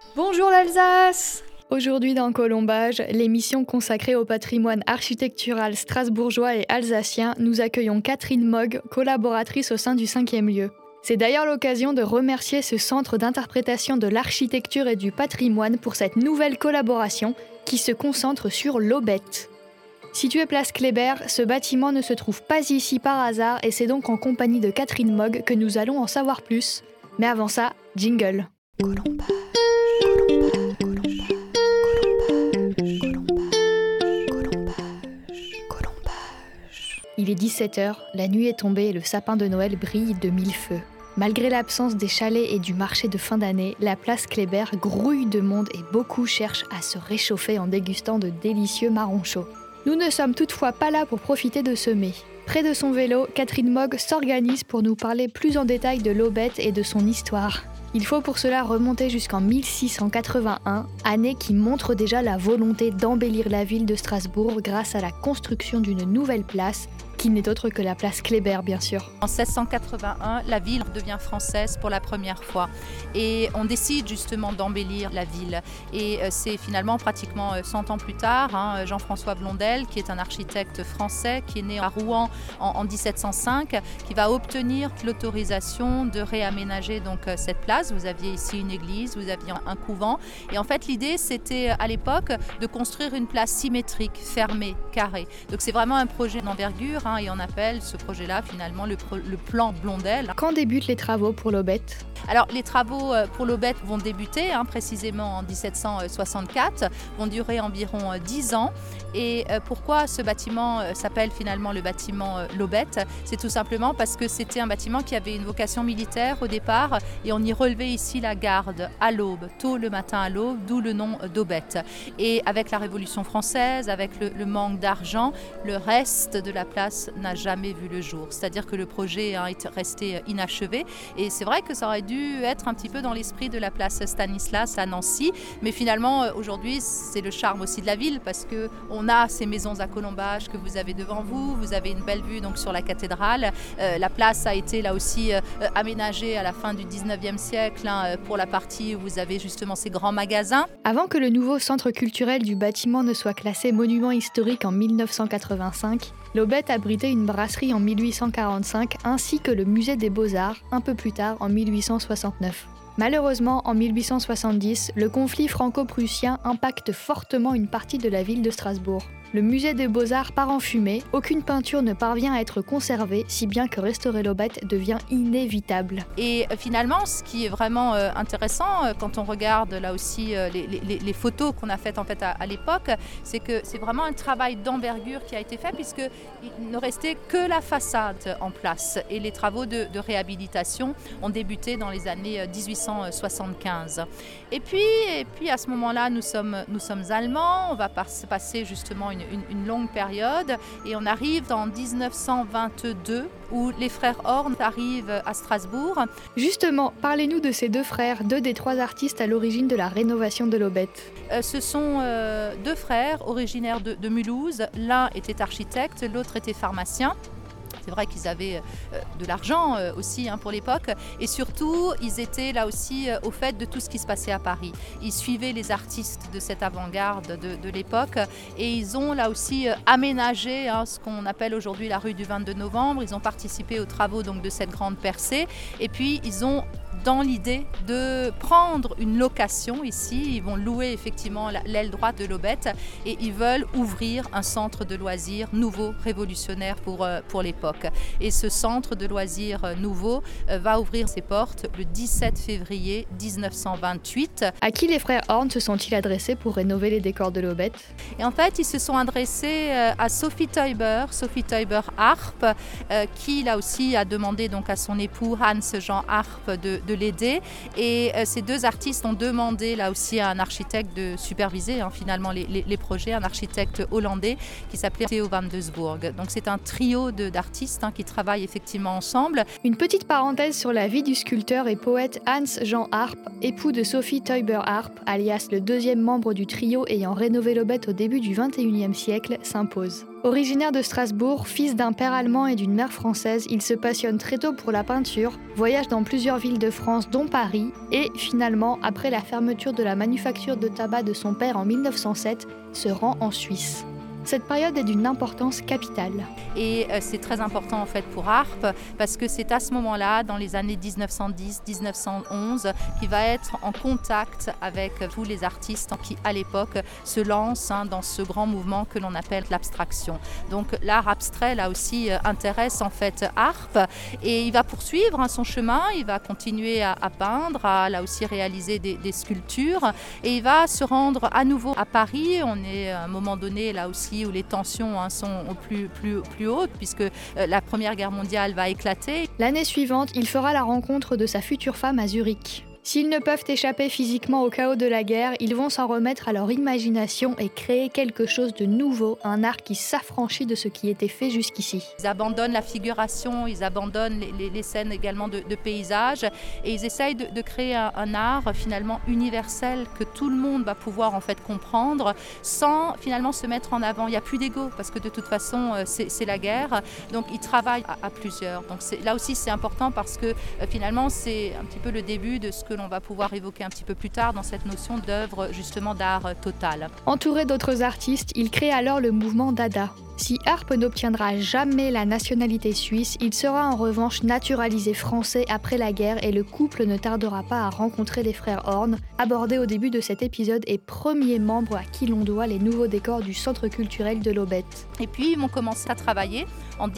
Bonjour l'Alsace! Aujourd'hui dans Colombage, l'émission consacrée au patrimoine architectural strasbourgeois et alsacien, nous accueillons Catherine Mogg, collaboratrice au sein du 5e lieu. C'est d'ailleurs l'occasion de remercier ce centre d'interprétation de l'architecture et du patrimoine pour cette nouvelle collaboration qui se concentre sur l'Aubette. Situé place Kléber, ce bâtiment ne se trouve pas ici par hasard et c'est donc en compagnie de Catherine Mogg que nous allons en savoir plus. Mais avant ça, jingle. Colombage. Il est 17h, la nuit est tombée et le sapin de Noël brille de mille feux. Malgré l'absence des chalets et du marché de fin d'année, la place Kléber grouille de monde et beaucoup cherchent à se réchauffer en dégustant de délicieux marrons chauds. Nous ne sommes toutefois pas là pour profiter de ce mets. Près de son vélo, Catherine Mogg s'organise pour nous parler plus en détail de l'Aubette et de son histoire. Il faut pour cela remonter jusqu'en 1681, année qui montre déjà la volonté d'embellir la ville de Strasbourg grâce à la construction d'une nouvelle place, qui n'est autre que la place Kléber, bien sûr. En 1681, la ville devient française pour la première fois et on décide justement d'embellir la ville. Et c'est finalement pratiquement 100 ans plus tard, Jean-François Blondel, qui est un architecte français, qui est né à Rouen en 1705, qui va obtenir l'autorisation de réaménager donc cette place. Vous aviez ici une église, vous aviez un couvent. Et en fait, l'idée, c'était à l'époque de construire une place symétrique, fermée, carrée. Donc c'est vraiment un projet d'envergure. Et on appelle ce projet-là finalement le plan Blondel. Quand débutent les travaux pour l'Aubette ? Alors les travaux pour l'Aubette vont débuter précisément en 1764, vont durer environ 10 ans. Et pourquoi ce bâtiment s'appelle finalement le bâtiment l'Aubette ? C'est tout simplement parce que c'était un bâtiment qui avait une vocation militaire au départ et on y relevait ici la garde à l'aube, tôt le matin à l'aube, d'où le nom d'Aubette. Et avec la Révolution française, avec le manque d'argent, le reste de la place n'a jamais vu le jour. C'est-à-dire que le projet est resté inachevé et c'est vrai que ça aurait dû être un petit peu dans l'esprit de la place Stanislas à Nancy, mais finalement aujourd'hui c'est le charme aussi de la ville parce qu'on a ces maisons à colombage que vous avez devant vous, vous avez une belle vue donc sur la cathédrale. La place a été là aussi aménagée à la fin du 19e siècle pour la partie où vous avez justement ces grands magasins. Avant que le nouveau centre culturel du bâtiment ne soit classé monument historique en 1985, l'Aubette abritait une brasserie en 1845 ainsi que le musée des Beaux-Arts un peu plus tard en 1869. Malheureusement, en 1870, le conflit franco-prussien impacte fortement une partie de la ville de Strasbourg. Le musée des Beaux-Arts part en fumée, aucune peinture ne parvient à être conservée, si bien que restaurer l'Aubette devient inévitable. Et finalement, ce qui est vraiment intéressant, quand on regarde là aussi les photos qu'on a faites en fait à l'époque, c'est que c'est vraiment un travail d'envergure qui a été fait puisqu'il ne restait que la façade en place. Et les travaux de réhabilitation ont débuté dans les années 1875. Et puis à ce moment-là, nous sommes allemands, on va passer justement une longue période et on arrive en 1922 où les frères Horn arrivent à Strasbourg. Justement, parlez-nous de ces deux frères, deux des trois artistes à l'origine de la rénovation de l'Aubette. Ce sont deux frères originaires de Mulhouse. L'un était architecte, l'autre était pharmacien. C'est vrai qu'ils avaient de l'argent aussi pour l'époque et surtout ils étaient là aussi au fait de tout ce qui se passait à Paris. Ils suivaient les artistes de cette avant-garde de l'époque et ils ont là aussi aménagé ce qu'on appelle aujourd'hui la rue du 22 novembre. Ils ont participé aux travaux donc, de cette grande percée et puis ils ont dans l'idée de prendre une location ici. Ils vont louer effectivement l'aile droite de l'Aubette et ils veulent ouvrir un centre de loisirs nouveau, révolutionnaire pour l'époque. Et ce centre de loisirs nouveau va ouvrir ses portes le 17 février 1928. À qui les frères Horn se sont-ils adressés pour rénover les décors de l'Aubette ? Et en fait, ils se sont adressés à Sophie Teuber Harp, qui là aussi a demandé donc à son époux Hans-Jean Harp de l'aider. Et ces deux artistes ont demandé là aussi à un architecte de superviser finalement les projets, un architecte hollandais qui s'appelait Theo van Doesburg. Donc c'est un trio d'artistes qui travaillent effectivement ensemble. Une petite parenthèse sur la vie du sculpteur et poète Hans-Jean Harp, époux de Sophie Teuber Harp, alias le deuxième membre du trio ayant rénové l'Aubette au début du XXIe siècle, s'impose. Originaire de Strasbourg, fils d'un père allemand et d'une mère française, il se passionne très tôt pour la peinture, voyage dans plusieurs villes de France dont Paris et finalement, après la fermeture de la manufacture de tabac de son père en 1907, se rend en Suisse. Cette période est d'une importance capitale. Et c'est très important en fait pour Harpe parce que c'est à ce moment-là, dans les années 1910-1911, qu'il va être en contact avec tous les artistes qui à l'époque se lancent dans ce grand mouvement que l'on appelle l'abstraction. Donc l'art abstrait là aussi intéresse en fait Harpe et il va poursuivre son chemin, il va continuer à peindre, à là aussi réaliser des sculptures et il va se rendre à nouveau à Paris. On est à un moment donné là aussi où les tensions sont au plus hautes puisque la Première Guerre mondiale va éclater. L'année suivante, il fera la rencontre de sa future femme à Zurich. S'ils ne peuvent échapper physiquement au chaos de la guerre, ils vont s'en remettre à leur imagination et créer quelque chose de nouveau, un art qui s'affranchit de ce qui était fait jusqu'ici. Ils abandonnent la figuration, ils abandonnent les scènes également de paysages et ils essayent de créer un art finalement universel que tout le monde va pouvoir en fait comprendre sans finalement se mettre en avant. Il n'y a plus d'ego parce que de toute façon c'est la guerre, donc ils travaillent à plusieurs. Donc là aussi c'est important parce que finalement c'est un petit peu le début de ce que l'on va pouvoir évoquer un petit peu plus tard dans cette notion d'œuvre justement d'art total. Entouré d'autres artistes, il crée alors le mouvement Dada. Si Harpe n'obtiendra jamais la nationalité suisse, il sera en revanche naturalisé français après la guerre et le couple ne tardera pas à rencontrer les frères Horn, abordés au début de cet épisode et premiers membres à qui l'on doit les nouveaux décors du centre culturel de l'Aubette. Et puis ils vont commencer à travailler en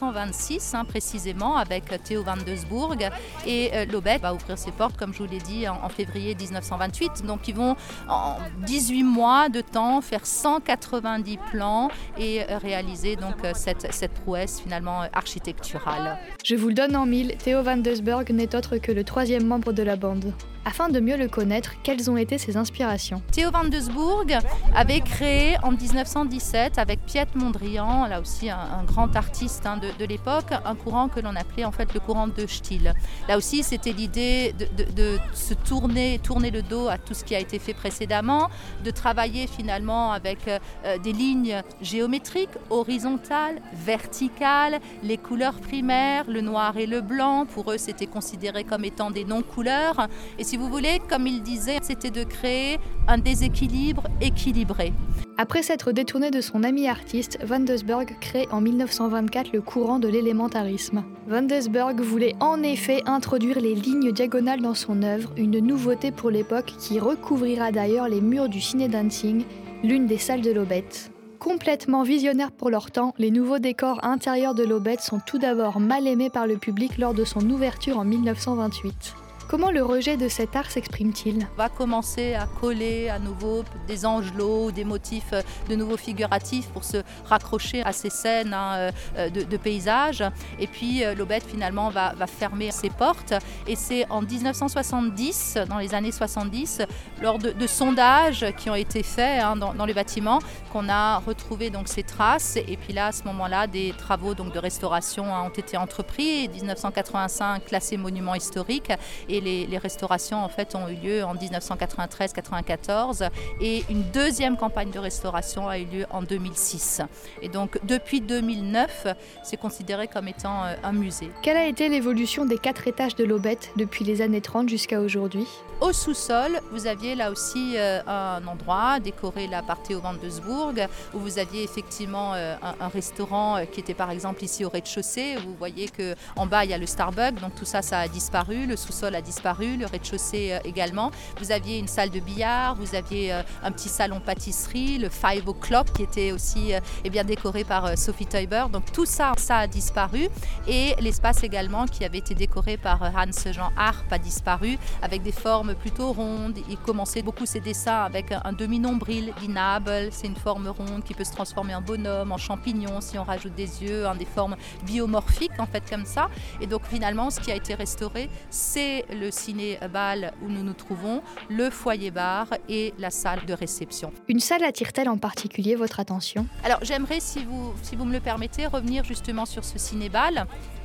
1926 précisément avec Theo van Doesburg et l'Aubette va ouvrir ses portes comme je vous l'ai dit en février 1928. Donc ils vont en 18 mois de temps faire 190 plans et réaliser donc cette prouesse finalement architecturale. Je vous le donne en mille, Theo van Doesburg n'est autre que le troisième membre de la bande. Afin de mieux le connaître, quelles ont été ses inspirations ? Theo van Doesburg avait créé en 1917 avec Piet Mondrian, là aussi un grand artiste de l'époque, un courant que l'on appelait en fait le courant de Still. Là aussi c'était l'idée de se tourner le dos à tout ce qui a été fait précédemment, de travailler finalement avec des lignes géométriques, horizontales, verticales, les couleurs primaires, le noir et le blanc, pour eux c'était considéré comme étant des non-couleurs. Et si vous voulez, comme il disait, c'était de créer un déséquilibre équilibré. Après s'être détourné de son ami artiste, Van Doesburg crée en 1924 le courant de l'élémentarisme. Van Doesburg voulait en effet introduire les lignes diagonales dans son œuvre, une nouveauté pour l'époque qui recouvrira d'ailleurs les murs du Ciné Dancing, l'une des salles de l'Aubette. Complètement visionnaires pour leur temps, les nouveaux décors intérieurs de l'Aubette sont tout d'abord mal aimés par le public lors de son ouverture en 1928. Comment le rejet de cet art s'exprime-t-il ? On va commencer à coller à nouveau des angelots, des motifs de nouveau figuratifs pour se raccrocher à ces scènes de paysages. Et puis l'Aubette finalement va fermer ses portes. Et c'est en 1970, dans les années 70, lors de sondages qui ont été faits dans les bâtiments, qu'on a retrouvé donc ces traces. Et puis là, à ce moment-là, des travaux donc, de restauration ont été entrepris. 1985, classé monument historique. Et les restaurations en fait ont eu lieu en 1993-94 et une deuxième campagne de restauration a eu lieu en 2006. Et donc depuis 2009, c'est considéré comme étant un musée. Quelle a été l'évolution des 4 étages de l'Aubette depuis les années 30 jusqu'à aujourd'hui ? Au sous-sol, vous aviez là aussi un endroit décoré là par Theo van Doesburg où vous aviez effectivement un restaurant qui était par exemple ici au rez-de-chaussée. Vous voyez qu'en bas il y a le Starbucks, donc tout ça a disparu, le sous-sol a disparu, le rez-de-chaussée également. Vous aviez une salle de billard, vous aviez un petit salon pâtisserie, le 5 O'Clock qui était aussi bien décoré par Sophie Teuber. Donc tout ça a disparu et l'espace également qui avait été décoré par Hans-Jean Harpe a disparu avec des formes plutôt rondes. Il commençait beaucoup ses dessins avec un demi-nombril, l'inable, c'est une forme ronde qui peut se transformer en bonhomme, en champignon si on rajoute des yeux, des formes biomorphiques en fait comme ça. Et donc finalement ce qui a été restauré c'est le ciné-bal où nous nous trouvons, le foyer-bar et la salle de réception. Une salle attire-t-elle en particulier votre attention ? Alors j'aimerais, si vous me le permettez, revenir justement sur ce ciné-bal.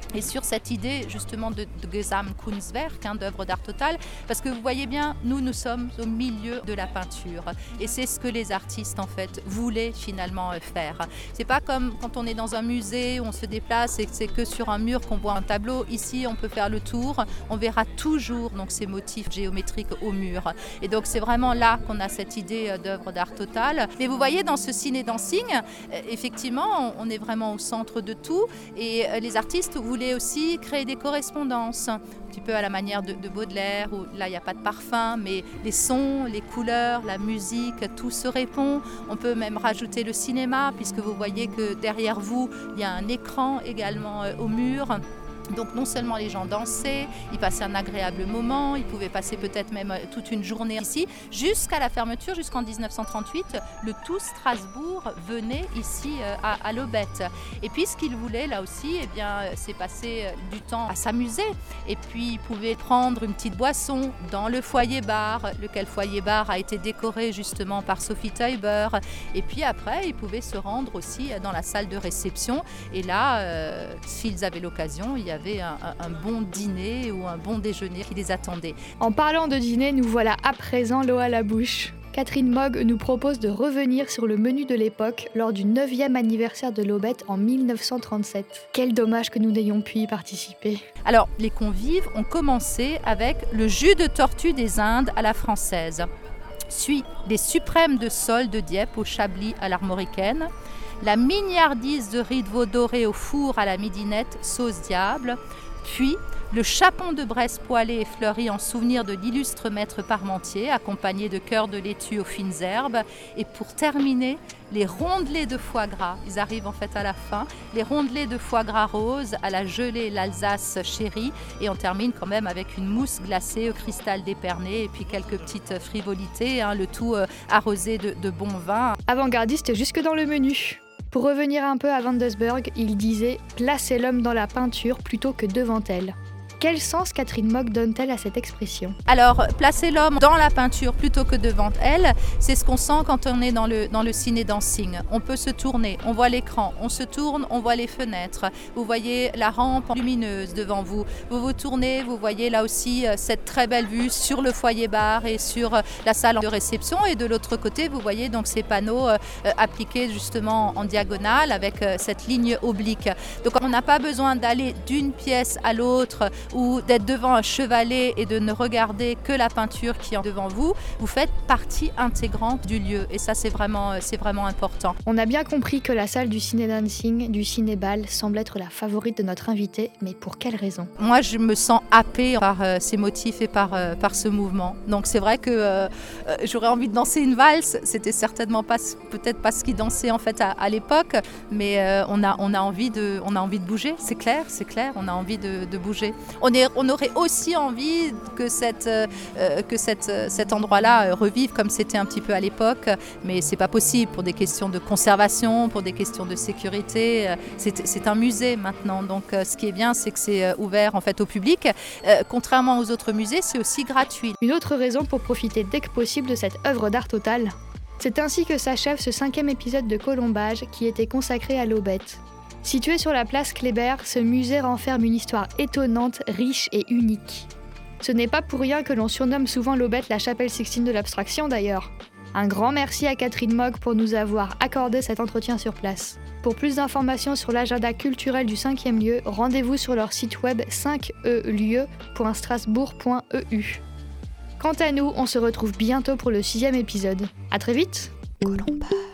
et sur cette idée justement de Gesamtkunstwerk, d'œuvre d'art total, parce que vous voyez bien, nous sommes au milieu de la peinture et c'est ce que les artistes en fait voulaient finalement faire. C'est pas comme quand on est dans un musée où on se déplace et que c'est que sur un mur qu'on voit un tableau. Ici, on peut faire le tour, on verra toujours donc ces motifs géométriques au mur. Et donc c'est vraiment là qu'on a cette idée d'œuvre d'art total. Mais vous voyez, dans ce ciné dancing, effectivement, on est vraiment au centre de tout et les artistes voulaient aussi créer des correspondances, un petit peu à la manière de Baudelaire, où là il n'y a pas de parfum, mais les sons, les couleurs, la musique, tout se répond. On peut même rajouter le cinéma, puisque vous voyez que derrière vous, il y a un écran également au mur. Donc non seulement les gens dansaient, ils passaient un agréable moment, ils pouvaient passer peut-être même toute une journée ici, jusqu'à la fermeture, jusqu'en 1938, le tout Strasbourg venait ici à l'Aubette. Et puis ce qu'ils voulaient là aussi, c'est passer du temps à s'amuser. Et puis ils pouvaient prendre une petite boisson dans le foyer bar, lequel foyer bar a été décoré justement par Sophie Teuber. Et puis après, ils pouvaient se rendre aussi dans la salle de réception. Et là, s'ils avaient l'occasion, il y avait un bon dîner ou un bon déjeuner qui les attendait. En parlant de dîner, nous voilà à présent l'eau à la bouche. Catherine Mogg nous propose de revenir sur le menu de l'époque lors du 9e anniversaire de l'Aubette en 1937. Quel dommage que nous n'ayons pu y participer. Alors, les convives ont commencé avec le jus de tortue des Indes à la française, suit les suprêmes de sole de Dieppe au Chablis à l'armoricaine, la mignardise de riz de veau doré au four à la midinette sauce diable, puis le chapon de Bresse poêlé et fleuri en souvenir de l'illustre maître Parmentier, accompagné de cœurs de laitue aux fines herbes, et pour terminer, les rondelets de foie gras. Ils arrivent en fait à la fin, les rondelets de foie gras rose à la gelée l'Alsace chérie, et on termine quand même avec une mousse glacée au cristal d'Épernay et puis quelques petites frivolités, le tout arrosé de bon vin. Avant-gardiste jusque dans le menu. Pour revenir un peu à Van Doesburg, il disait « Placez l'homme dans la peinture plutôt que devant elle ». Quel sens Catherine Mogg donne-t-elle à cette expression ? Alors, placer l'homme dans la peinture plutôt que devant elle, c'est ce qu'on sent quand on est dans le ciné-dancing. On peut se tourner, on voit l'écran, on se tourne, on voit les fenêtres. Vous voyez la rampe lumineuse devant vous. Vous vous tournez, vous voyez là aussi cette très belle vue sur le foyer bar et sur la salle de réception. Et de l'autre côté, vous voyez donc ces panneaux appliqués justement en diagonale avec cette ligne oblique. Donc, on n'a pas besoin d'aller d'une pièce à l'autre ou d'être devant un chevalet et de ne regarder que la peinture qui est devant vous. Vous faites partie intégrante du lieu et ça c'est vraiment important. On a bien compris que la salle du ciné-dancing, du ciné-bal semble être la favorite de notre invité, mais pour quelle raison ? Moi je me sens happée par ces motifs et par ce mouvement. Donc c'est vrai que j'aurais envie de danser une valse, c'était certainement peut-être pas ce qu'ils dansaient en fait à l'époque, mais on a envie de bouger, c'est clair, on a envie de bouger. On aurait aussi envie que cet endroit-là revive comme c'était un petit peu à l'époque, mais c'est pas possible pour des questions de conservation, pour des questions de sécurité. C'est un musée maintenant, donc ce qui est bien, c'est que c'est ouvert en fait au public. Contrairement aux autres musées, c'est aussi gratuit. Une autre raison pour profiter dès que possible de cette œuvre d'art total. C'est ainsi que s'achève ce 5e épisode de Colombage qui était consacré à l'Aubette. Situé sur la place Kléber, ce musée renferme une histoire étonnante, riche et unique. Ce n'est pas pour rien que l'on surnomme souvent l'Aubette la chapelle Sixtine de l'abstraction d'ailleurs. Un grand merci à Catherine Mogg pour nous avoir accordé cet entretien sur place. Pour plus d'informations sur l'agenda culturel du 5e lieu, rendez-vous sur leur site web 5elieu.strasbourg.eu. Quant à nous, on se retrouve bientôt pour le 6e épisode. À très vite. Colombage.